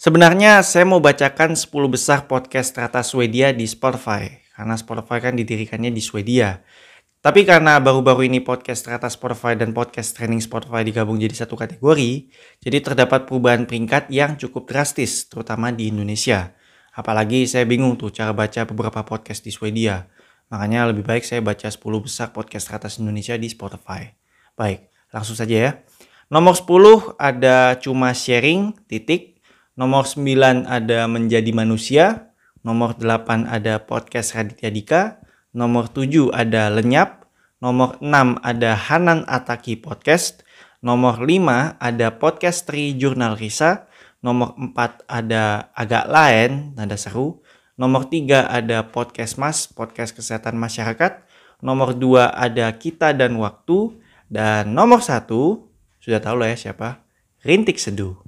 Sebenarnya saya mau bacakan 10 besar podcast teratas Swedia di Spotify. Karena Spotify kan didirikannya di Swedia. Tapi karena baru-baru ini podcast teratas Spotify dan podcast training Spotify digabung jadi satu kategori, jadi terdapat perubahan peringkat yang cukup drastis, terutama di Indonesia. Apalagi saya bingung tuh cara baca beberapa podcast di Swedia. Makanya lebih baik saya baca 10 besar podcast teratas Indonesia di Spotify. Baik, langsung saja ya. Nomor 10 ada cuma sharing, titik. Nomor 9 ada menjadi manusia. Nomor 8 ada podcast Raditya Dika. Nomor 7 ada lenyap. Nomor 6 ada Hanan Ataki Podcast. Nomor 5 ada podcast Tri Jurnal Risa. Nomor 4 ada agak lain, nada seru. Nomor 3 ada podcast Mas, podcast kesehatan masyarakat. Nomor 2 ada kita dan waktu. Dan nomor 1, sudah tahu lah ya siapa, Rintik Seduh.